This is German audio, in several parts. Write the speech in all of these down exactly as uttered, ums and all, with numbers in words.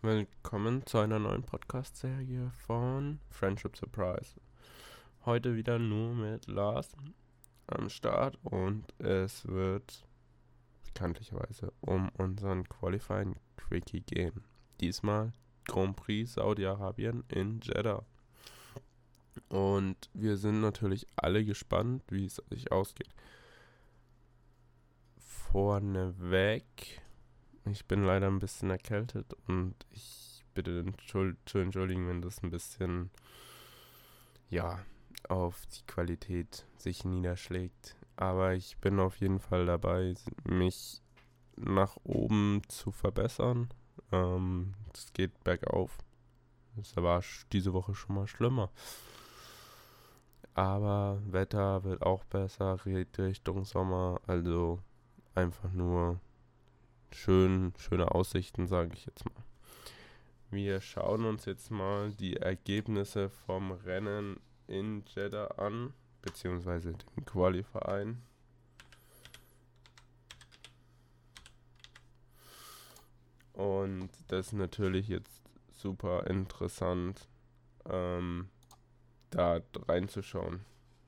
Willkommen zu einer neuen Podcast-Serie von Friendship Surprise. Heute wieder nur mit Lars am Start und es wird bekanntlicherweise um unseren Qualifying Quickie gehen. Diesmal Grand Prix Saudi-Arabien in Jeddah. Und wir sind natürlich alle gespannt, wie es sich ausgeht. Vorneweg, ich bin leider ein bisschen erkältet und ich bitte entschuld- zu entschuldigen, wenn das ein bisschen, ja, auf die Qualität sich niederschlägt. Aber ich bin auf jeden Fall dabei, mich nach oben zu verbessern. Ähm, es geht bergauf. Es war sch- diese Woche schon mal schlimmer. Aber Wetter wird auch besser, geht Richtung Sommer. Also einfach nur schön, schöne Aussichten, sage ich jetzt mal. Wir schauen uns jetzt mal die Ergebnisse vom Rennen in Jeddah an, beziehungsweise den Qualifying. Und das ist natürlich jetzt super interessant, ähm, da reinzuschauen.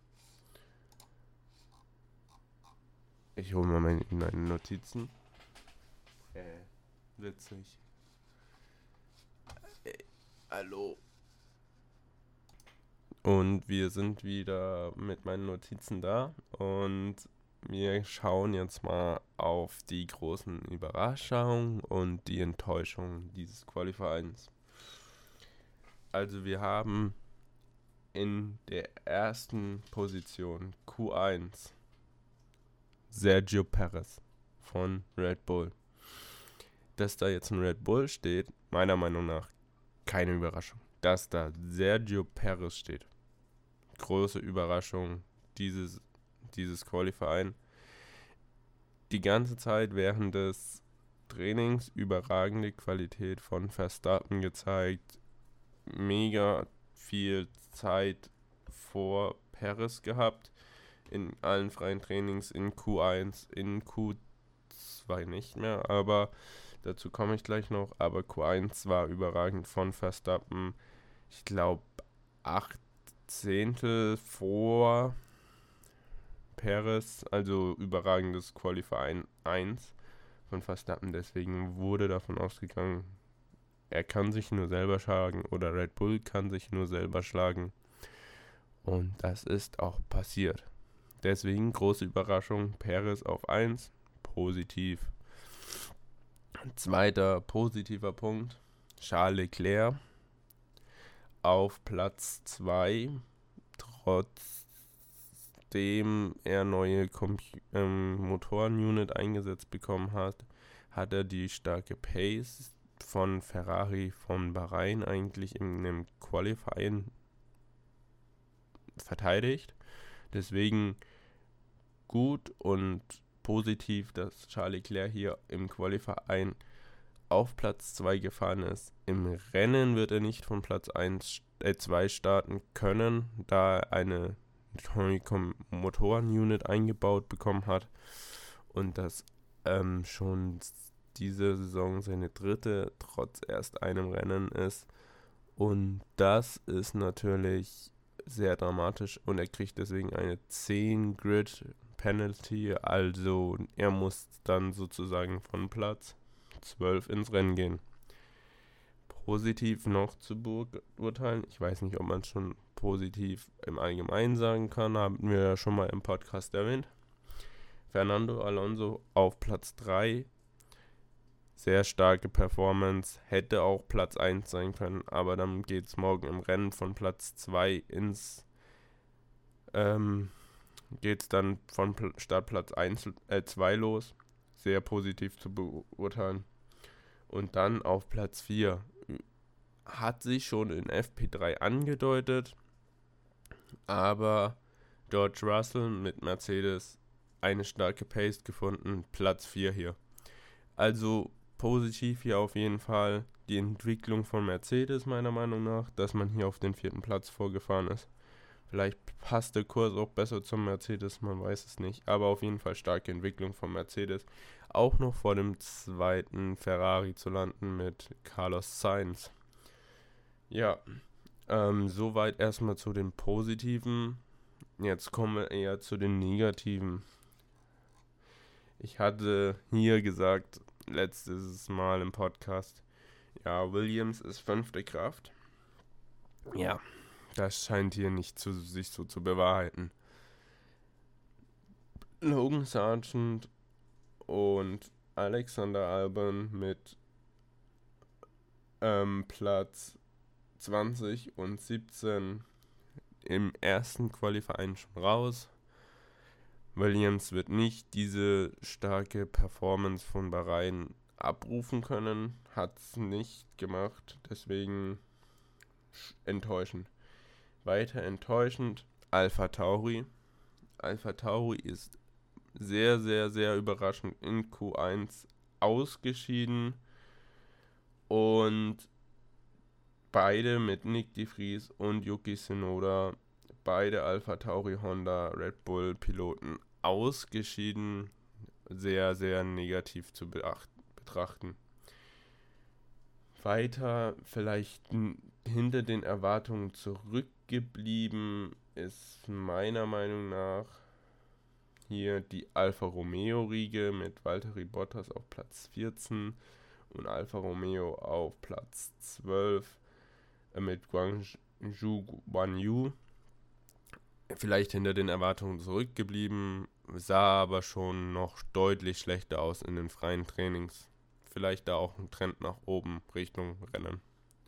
Ich hole mal meine, meine Notizen. Äh, witzig. Äh, hallo. Und wir sind wieder mit meinen Notizen da und wir schauen jetzt mal auf die großen Überraschungen und die Enttäuschungen dieses Qualifyings. Also wir haben in der ersten Position Q eins Sergio Perez von Red Bull. Dass da jetzt ein Red Bull steht, meiner Meinung nach keine Überraschung. Dass da Sergio Perez steht, große Überraschung dieses, dieses Qualifying. Die ganze Zeit während des Trainings überragende Qualität von Verstappen gezeigt. Mega viel Zeit vor Perez gehabt. In allen freien Trainings, in Q eins, in Q zwei nicht mehr, aber dazu komme ich gleich noch. Aber Q eins war überragend von Verstappen. Ich glaube, acht Zehntel vor Perez, also überragendes Qualifying eins von Verstappen. Deswegen wurde davon ausgegangen, er kann sich nur selber schlagen oder Red Bull kann sich nur selber schlagen. Und das ist auch passiert. Deswegen große Überraschung, Perez auf eins, positiv. Zweiter positiver Punkt, Charles Leclerc auf Platz zwei, trotzdem er neue Compu- ähm, Motorenunit eingesetzt bekommen hat, hat er die starke Pace von Ferrari von Bahrain eigentlich in einem Qualifying verteidigt. Deswegen gut und positiv, dass Charles Leclerc hier im Qualifying auf Platz zwei gefahren ist. Im Rennen wird er nicht von Platz eins, äh, zwei starten können, da er eine neue Motorenunit eingebaut bekommen hat und das ähm, schon diese Saison seine dritte trotz erst einem Rennen ist. Und das ist natürlich sehr dramatisch und er kriegt deswegen eine zehn Grid Penalty, also er muss dann sozusagen von Platz zwölf ins Rennen gehen. Positiv noch zu beurteilen, ich weiß nicht, ob man es schon positiv im Allgemeinen sagen kann, haben wir ja schon mal im Podcast erwähnt. Fernando Alonso auf Platz drei, sehr starke Performance, hätte auch Platz eins sein können, aber dann geht es morgen im Rennen von Platz zwei ins, ähm, geht es dann von Startplatz eins, äh, zwei los, sehr positiv zu beurteilen. Und dann auf Platz vier, hat sich schon in F P drei angedeutet, aber George Russell mit Mercedes eine starke Pace gefunden, Platz vier hier. Also positiv hier auf jeden Fall die Entwicklung von Mercedes meiner Meinung nach, dass man hier auf den vierten Platz vorgefahren ist. Vielleicht passt der Kurs auch besser zum Mercedes, man weiß es nicht. Aber auf jeden Fall starke Entwicklung von Mercedes. auch noch vor dem zweiten Ferrari zu landen mit Carlos Sainz. Ja, ähm, soweit erstmal zu den Positiven. Jetzt kommen wir eher zu den Negativen. Ich hatte hier gesagt, letztes Mal im Podcast, ja, Williams ist fünfte Kraft. Ja, das scheint hier nicht zu, sich so zu bewahrheiten. Logan Sargent und Alexander Albon mit ähm, Platz zwanzig und siebzehn im ersten Qualifying schon raus. Williams wird nicht diese starke Performance von Bahrain abrufen können, hat es nicht gemacht, deswegen enttäuschend. Weiter enttäuschend, AlphaTauri. AlphaTauri ist sehr, sehr, sehr überraschend in Q eins ausgeschieden und beide mit Nick de Vries und Yuki Tsunoda, beide AlphaTauri Honda Red Bull Piloten ausgeschieden, sehr, sehr negativ zu beacht, betrachten. Weiter vielleicht n- hinter den Erwartungen zurückgeblieben ist meiner Meinung nach hier die Alfa Romeo Riege mit Valtteri Bottas auf Platz vierzehn und Alfa Romeo auf Platz zwölf äh, mit Guangzhou Guanyu. Vielleicht hinter den Erwartungen zurückgeblieben, sah aber schon noch deutlich schlechter aus in den freien Trainings. Vielleicht da auch ein Trend nach oben Richtung Rennen.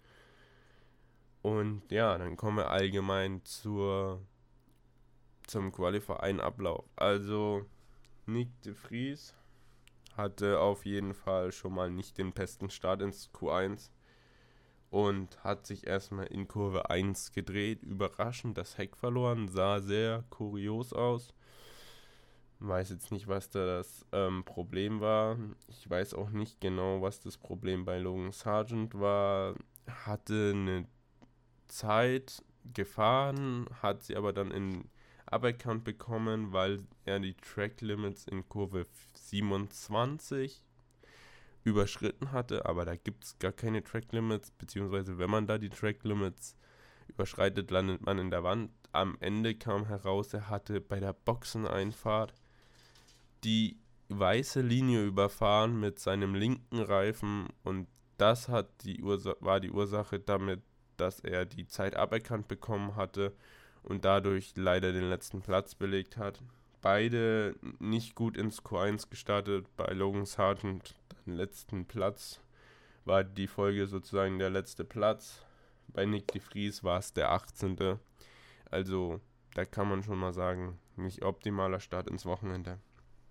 Und ja, dann kommen wir allgemein zur, zum Qualifying-Ablauf. Also Nick de Vries hatte auf jeden Fall schon mal nicht den besten Start ins Q eins und hat sich erstmal in Kurve eins gedreht. Überraschend das Heck verloren, sah sehr kurios aus. Weiß jetzt nicht, was da das ähm, Problem war. Ich weiß auch nicht genau, was das Problem bei Logan Sargent war. Hatte eine Zeit gefahren, hat sie aber dann in aberkannt bekommen, weil er die Track Limits in Kurve siebenundzwanzig überschritten hatte, aber da gibt es gar keine Track Limits, beziehungsweise wenn man da die Track Limits überschreitet, landet man in der Wand. Am Ende kam heraus, er hatte bei der Boxeneinfahrt die weiße Linie überfahren mit seinem linken Reifen und das hat die Ursa- war die Ursache damit, dass er die Zeit aberkannt bekommen hatte und dadurch leider den letzten Platz belegt hat. Beide nicht gut ins Q eins gestartet. Bei Logan Sargent den letzten Platz war die Folge sozusagen der letzte Platz. Bei Nick de Vries war es der achtzehnte. Also da kann man schon mal sagen, nicht optimaler Start ins Wochenende.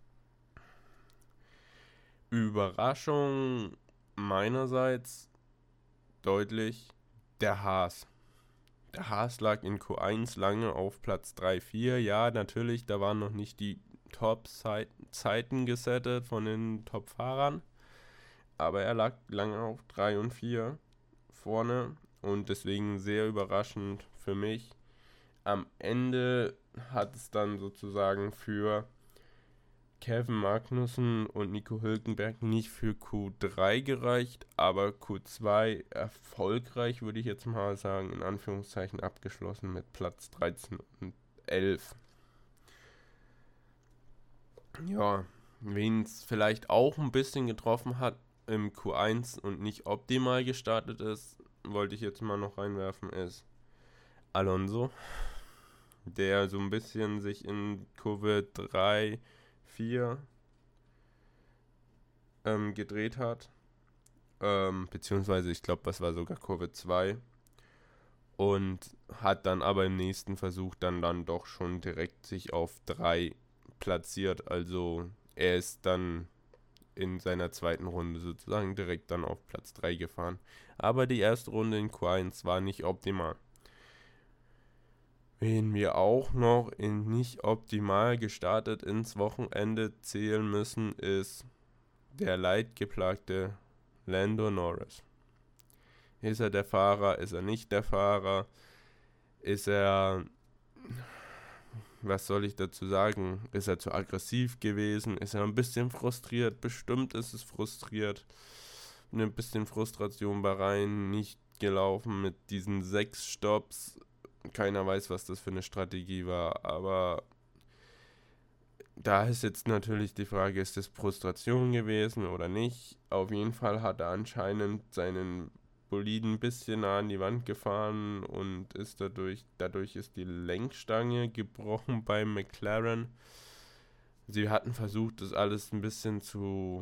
Überraschung meinerseits deutlich der Haas. Der Haas lag in Q eins lange auf Platz drei, vier. Ja, natürlich, da waren noch nicht die Top-Zeiten gesettet von den Top-Fahrern. Aber er lag lange auf drei und vier vorne und deswegen sehr überraschend für mich. Am Ende hat es dann sozusagen für Kevin Magnussen und Nico Hülkenberg nicht für Q drei gereicht, aber Q zwei erfolgreich, würde ich jetzt mal sagen, in Anführungszeichen abgeschlossen mit Platz dreizehn und elf. Ja, wen es vielleicht auch ein bisschen getroffen hat im Q eins und nicht optimal gestartet ist, wollte ich jetzt mal noch reinwerfen, ist Alonso, der so ein bisschen sich in Kurve drei, vier ähm, gedreht hat. Ähm, beziehungsweise, ich glaube, das war sogar Kurve zwei. Und hat dann aber im nächsten Versuch dann, dann doch schon direkt sich auf drei platziert. Also er ist dann in seiner zweiten Runde sozusagen direkt dann auf Platz drei gefahren. Aber die erste Runde in Q eins war nicht optimal. Wen wir auch noch in nicht optimal gestartet ins Wochenende zählen müssen, ist der leidgeplagte Lando Norris. Ist er der Fahrer? Ist er nicht der Fahrer? Ist er was soll ich dazu sagen? Ist er zu aggressiv gewesen? Ist er ein bisschen frustriert? Bestimmt ist es frustriert. Ein bisschen Frustration bei Bahrain, nicht gelaufen mit diesen sechs Stops. Keiner weiß, was das für eine Strategie war, aber da ist jetzt natürlich die Frage, ist das Frustration gewesen oder nicht? Auf jeden Fall hat er anscheinend seinen Boliden ein bisschen nah an die Wand gefahren und ist dadurch, dadurch ist die Lenkstange gebrochen bei McLaren. Sie hatten versucht, das alles ein bisschen zu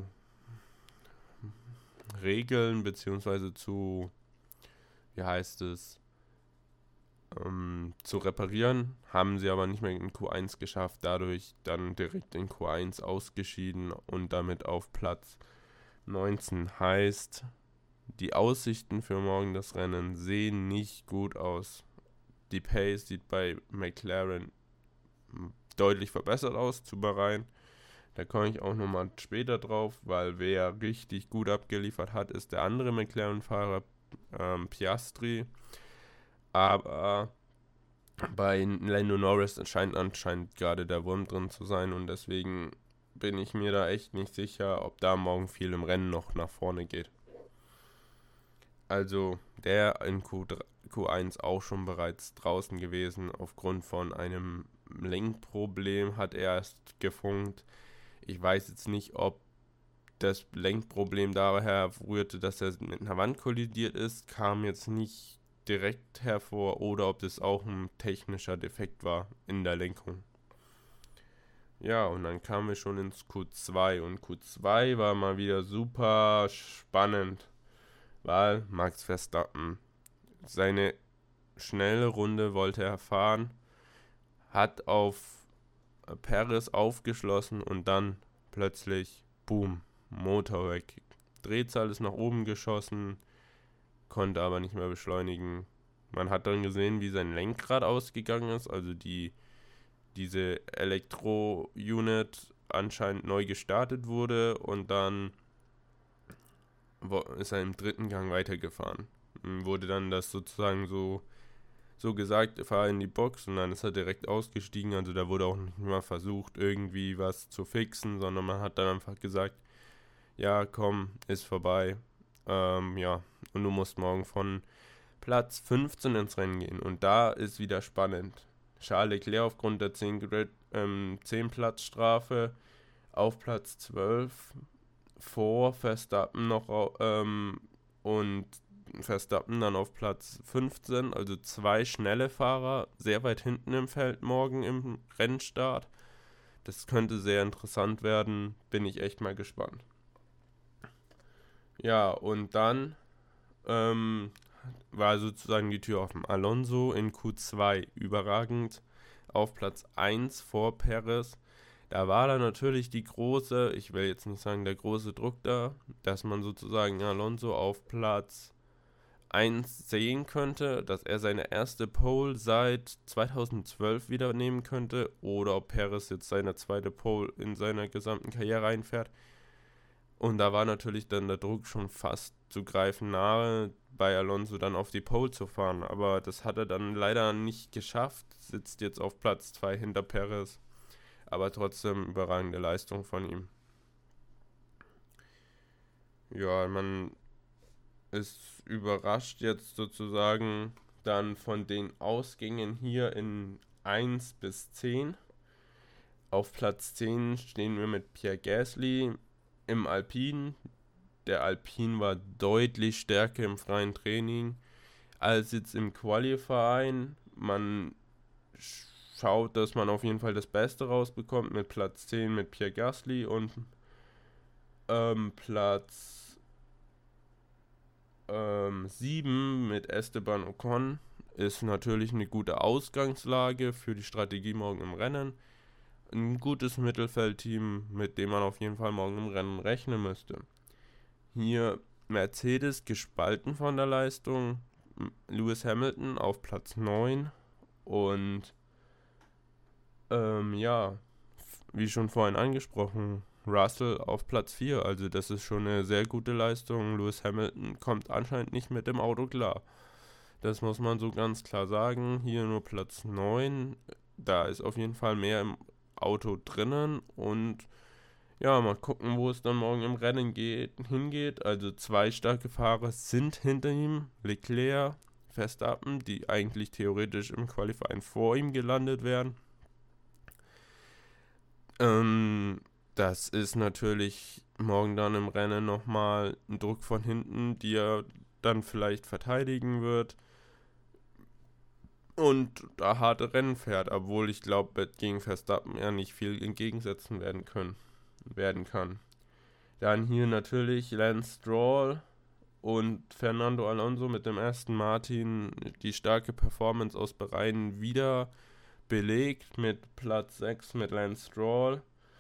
regeln, beziehungsweise zu, wie heißt es, ähm, zu reparieren, haben sie aber nicht mehr in Q eins geschafft, dadurch dann direkt in Q eins ausgeschieden und damit auf Platz neunzehn. Heißt, die Aussichten für morgen das Rennen sehen nicht gut aus. Die Pace sieht bei McLaren deutlich verbessert aus zu Bahrain. Da komme ich auch nochmal später drauf, weil wer richtig gut abgeliefert hat, ist der andere McLaren-Fahrer, ähm, Piastri. Aber bei Lando Norris scheint anscheinend gerade der Wurm drin zu sein und deswegen bin ich mir da echt nicht sicher, ob da morgen viel im Rennen noch nach vorne geht. Also der in Q drei, Q eins auch schon bereits draußen gewesen. Aufgrund von einem Lenkproblem hat er erst gefunkt. Ich weiß jetzt nicht, ob das Lenkproblem daher rührte, dass er mit einer Wand kollidiert ist, kam jetzt nicht direkt hervor, oder ob das auch ein technischer Defekt war in der Lenkung. Ja, und dann kamen wir schon ins Q zwei und Q zwei war mal wieder super spannend, weil Max Verstappen seine schnelle Runde wollte er fahren, hat auf Perez aufgeschlossen und dann plötzlich, boom, Motor weg. Drehzahl ist nach oben geschossen, konnte aber nicht mehr beschleunigen. Man hat dann gesehen, wie sein Lenkrad ausgegangen ist, also die diese Elektro-Unit anscheinend neu gestartet wurde und dann ist er im dritten Gang weitergefahren. Wurde dann das sozusagen so, so gesagt, fahr in die Box und dann ist er direkt ausgestiegen, also da wurde auch nicht mal versucht, irgendwie was zu fixen, sondern man hat dann einfach gesagt, ja komm, ist vorbei, ähm, ja, und du musst morgen von Platz fünfzehn ins Rennen gehen und da ist wieder spannend. Charles Leclerc aufgrund der zehn Platz Strafe auf Platz zwölf, vor Verstappen noch ähm, und Verstappen dann auf Platz fünfzehn, also zwei schnelle Fahrer, sehr weit hinten im Feld morgen im Rennstart. Das könnte sehr interessant werden, bin ich echt mal gespannt. Ja, und dann ähm, war sozusagen die Tür offen. Alonso in Q zwei überragend auf Platz eins vor Perez. Da war dann natürlich die große, ich will jetzt nicht sagen der große Druck da, dass man sozusagen Alonso auf Platz eins sehen könnte, dass er seine erste Pole seit zweitausendzwölf wieder nehmen könnte oder ob Perez jetzt seine zweite Pole in seiner gesamten Karriere einfährt. Und da war natürlich dann der Druck schon fast zu greifen nahe, bei Alonso dann auf die Pole zu fahren. Aber das hat er dann leider nicht geschafft, sitzt jetzt auf Platz zwei hinter Perez. Aber trotzdem überragende Leistung von ihm. Ja, man ist überrascht jetzt sozusagen dann von den Ausgängen hier in eins bis zehn. Auf Platz zehn stehen wir mit Pierre Gasly im Alpine. Der Alpine war deutlich stärker im freien Training als jetzt im Qualifying. Man schaut, dass man auf jeden Fall das Beste rausbekommt mit Platz zehn mit Pierre Gasly und ähm, Platz ähm, sieben mit Esteban Ocon ist natürlich eine gute Ausgangslage für die Strategie morgen im Rennen. Ein gutes Mittelfeldteam, mit dem man auf jeden Fall morgen im Rennen rechnen müsste. Hier Mercedes gespalten von der Leistung, Lewis Hamilton auf Platz neun und ähm, ja, wie schon vorhin angesprochen, Russell auf Platz vier, also das ist schon eine sehr gute Leistung. Lewis Hamilton kommt anscheinend nicht mit dem Auto klar. Das muss man so ganz klar sagen. Hier nur Platz neun Da ist auf jeden Fall mehr im Auto drinnen und ja, mal gucken, wo es dann morgen im Rennen geht, hingeht. Also zwei starke Fahrer sind hinter ihm, Leclerc, Verstappen, die eigentlich theoretisch im Qualifying vor ihm gelandet wären. Ähm, das ist natürlich morgen dann im Rennen nochmal ein Druck von hinten, die er dann vielleicht verteidigen wird und da harte Rennen fährt, obwohl ich glaube, gegen Verstappen er nicht viel entgegensetzen werden können, werden kann. Dann hier natürlich Lance Stroll und Fernando Alonso mit dem Aston Martin, die starke Performance aus Bahrain wieder belegt mit Platz sechs mit Lance Stroll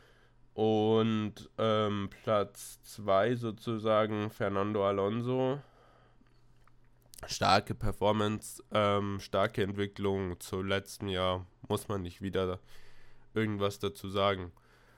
und ähm, Platz zwei sozusagen Fernando Alonso. Starke Performance, ähm, starke Entwicklung zu letztem Jahr, muss man nicht wieder irgendwas dazu sagen.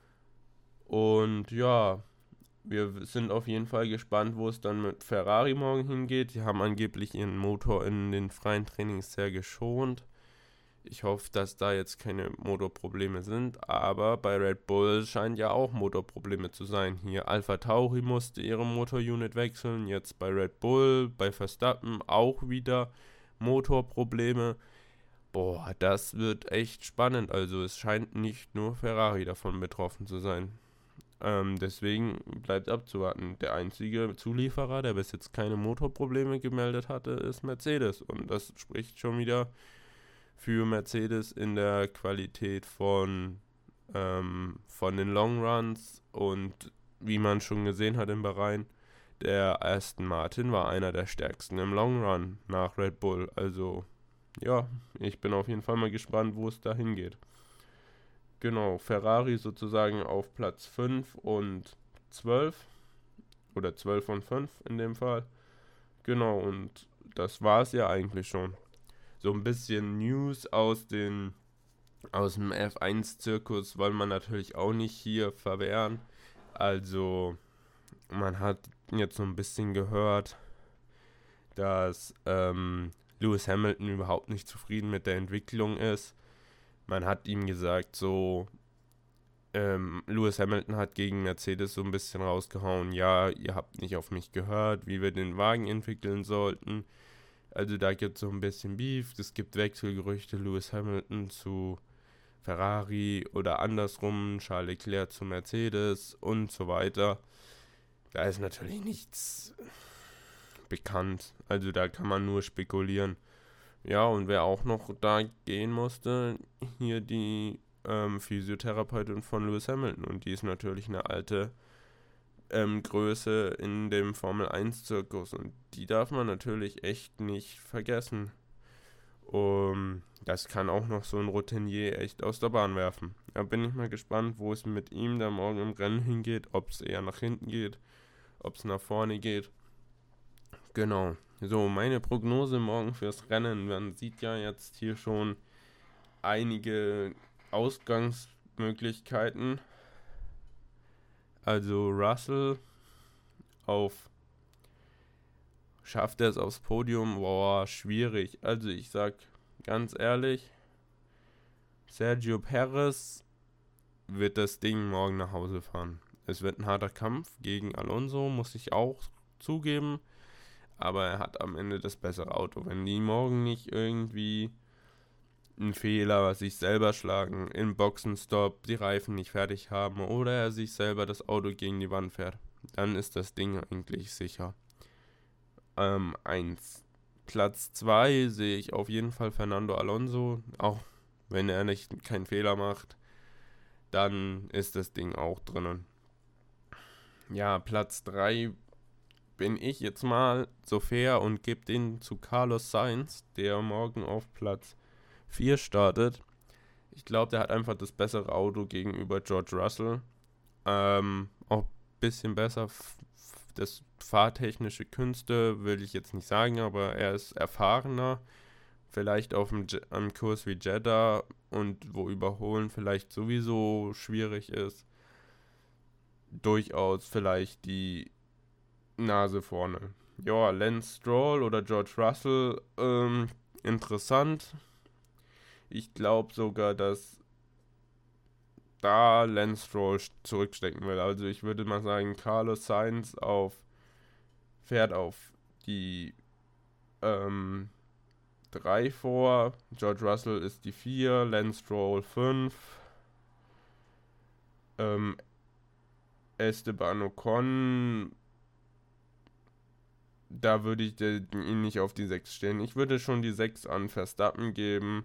Und ja, wir sind auf jeden Fall gespannt, wo es dann mit Ferrari morgen hingeht. Die haben angeblich ihren Motor in den freien Trainings sehr geschont. Ich hoffe, dass da jetzt keine Motorprobleme sind, aber bei Red Bull scheint ja auch Motorprobleme zu sein. Hier AlphaTauri musste ihre Motorunit wechseln, jetzt bei Red Bull, bei Verstappen auch wieder Motorprobleme. Boah, das wird echt spannend. Also es scheint nicht nur Ferrari davon betroffen zu sein. Ähm, deswegen bleibt abzuwarten. Der einzige Zulieferer, der bis jetzt keine Motorprobleme gemeldet hatte, ist Mercedes. Und das spricht schon wieder für Mercedes in der Qualität von, ähm, von den Long Runs. Und wie man schon gesehen hat in Bahrain, der Aston Martin war einer der stärksten im Long Run nach Red Bull. Also ja, ich bin auf jeden Fall mal gespannt, wo es da hingeht. Genau, Ferrari sozusagen auf Platz fünf und zwölf oder zwölf und fünf in dem Fall. Genau, und das war es ja eigentlich schon. So ein bisschen News aus den aus dem F eins Zirkus wollen man natürlich auch nicht hier verwehren. Also man hat jetzt so ein bisschen gehört, dass ähm, Lewis Hamilton überhaupt nicht zufrieden mit der Entwicklung ist. Man hat ihm gesagt, so, ähm, Lewis Hamilton hat gegen Mercedes so ein bisschen rausgehauen, ja, ihr habt nicht auf mich gehört, wie wir den Wagen entwickeln sollten. Also da gibt es so ein bisschen Beef, es gibt Wechselgerüchte, Lewis Hamilton zu Ferrari oder andersrum, Charles Leclerc zu Mercedes und so weiter. Da ist natürlich nichts bekannt, also da kann man nur spekulieren. Ja, und wer auch noch da gehen musste, hier die ähm, Physiotherapeutin von Lewis Hamilton. Und die ist natürlich eine alte ähm, Größe in dem Formel eins Zirkus. Und die darf man natürlich echt nicht vergessen. Um, das kann auch noch so ein Routinier echt aus der Bahn werfen. Da bin ich mal gespannt, wo es mit ihm da morgen im Rennen hingeht. Ob es eher nach hinten geht, ob es nach vorne geht. Genau. So, meine Prognose morgen fürs Rennen. Man sieht ja jetzt hier schon einige Ausgangsmöglichkeiten. Also Russell auf schafft er es aufs Podium? Boah, schwierig. Also ich sag ganz ehrlich, Sergio Perez wird das Ding morgen nach Hause fahren. Es wird ein harter Kampf gegen Alonso, muss ich auch zugeben. Aber er hat am Ende das bessere Auto. Wenn die morgen nicht irgendwie einen Fehler sich selber schlagen, im Boxenstopp die Reifen nicht fertig haben oder er sich selber das Auto gegen die Wand fährt, dann ist das Ding eigentlich sicher. Ähm, eins. Platz zwei sehe ich auf jeden Fall Fernando Alonso. Auch wenn er nicht keinen Fehler macht, dann ist das Ding auch drinnen. Ja, Platz drei bin ich jetzt mal so fair und gebe den zu Carlos Sainz, der morgen auf Platz vier startet. Ich glaube, der hat einfach das bessere Auto gegenüber George Russell. Ähm, auch ein bisschen besser. F- f- das fahrtechnische Künste will ich jetzt nicht sagen, aber er ist erfahrener. Vielleicht auf dem Je- am Kurs wie Jeddah und wo Überholen vielleicht sowieso schwierig ist. Durchaus vielleicht die Nase vorne. Ja, Lance Stroll oder George Russell, ähm, interessant. Ich glaube sogar, dass da Lance Stroll zurückstecken will. Also ich würde mal sagen, Carlos Sainz auf fährt auf die ähm, drei vor, George Russell ist die vier, Lance Stroll fünf, ähm, Esteban Ocon, da würde ich den, ihn nicht auf die sechs stellen. Ich würde schon die sechs an Verstappen geben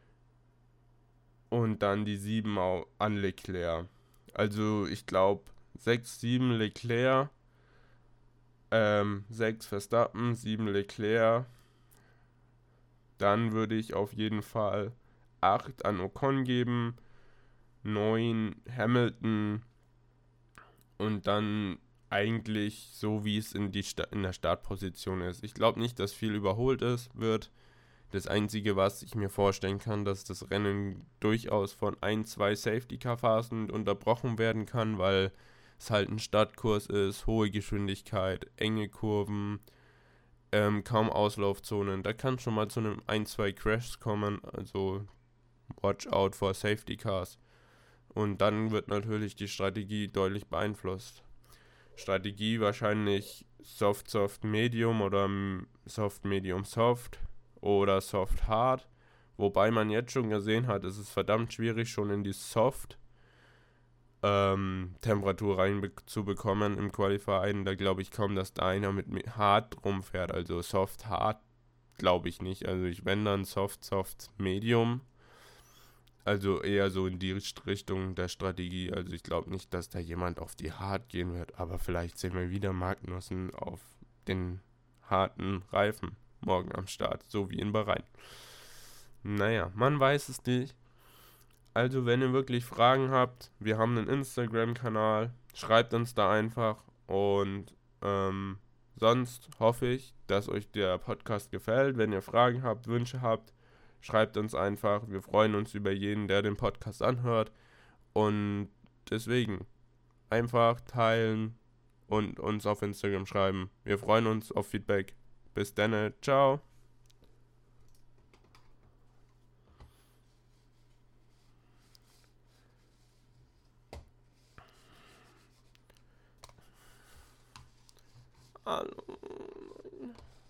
und dann die sieben an Leclerc. Also ich glaube sechs, sieben Leclerc, ähm, sechs Verstappen, sieben Leclerc. Dann würde ich auf jeden Fall acht an Ocon geben, neun Hamilton und dann eigentlich so, wie es in, die Sta- in der Startposition ist. Ich glaube nicht, dass viel überholt ist, wird. Das Einzige, was ich mir vorstellen kann, dass das Rennen durchaus von ein, zwei Safety-Car-Phasen unterbrochen werden kann, weil es halt ein Stadtkurs ist, hohe Geschwindigkeit, enge Kurven, ähm, kaum Auslaufzonen. Da kann schon mal zu einem ein, zwei Crashs kommen, also watch out for Safety Cars. Und dann wird natürlich die Strategie deutlich beeinflusst. Strategie wahrscheinlich Soft, Soft, Medium oder Soft, Medium, Soft oder Soft, Hard. Wobei man jetzt schon gesehen hat, es ist verdammt schwierig, schon in die Soft ähm, Temperatur rein zu bekommen im Qualifying. Da glaube ich kaum, dass da einer mit Hard rumfährt. Also Soft, Hard glaube ich nicht. Also ich wenn dann Soft, Soft, Medium. Also eher so in die Richtung der Strategie. Also ich glaube nicht, dass da jemand auf die Hard gehen wird. Aber vielleicht sehen wir wieder Magnussen auf den harten Reifen morgen am Start. So wie in Bahrain. Naja, man weiß es nicht. Also wenn ihr wirklich Fragen habt, wir haben einen Instagram-Kanal. Schreibt uns da einfach. Und ähm, sonst hoffe ich, dass euch der Podcast gefällt. Wenn ihr Fragen habt, Wünsche habt, schreibt uns einfach. Wir freuen uns über jeden, der den Podcast anhört. Und deswegen einfach teilen und uns auf Instagram schreiben. Wir freuen uns auf Feedback. Bis dann. Ciao. Hallo.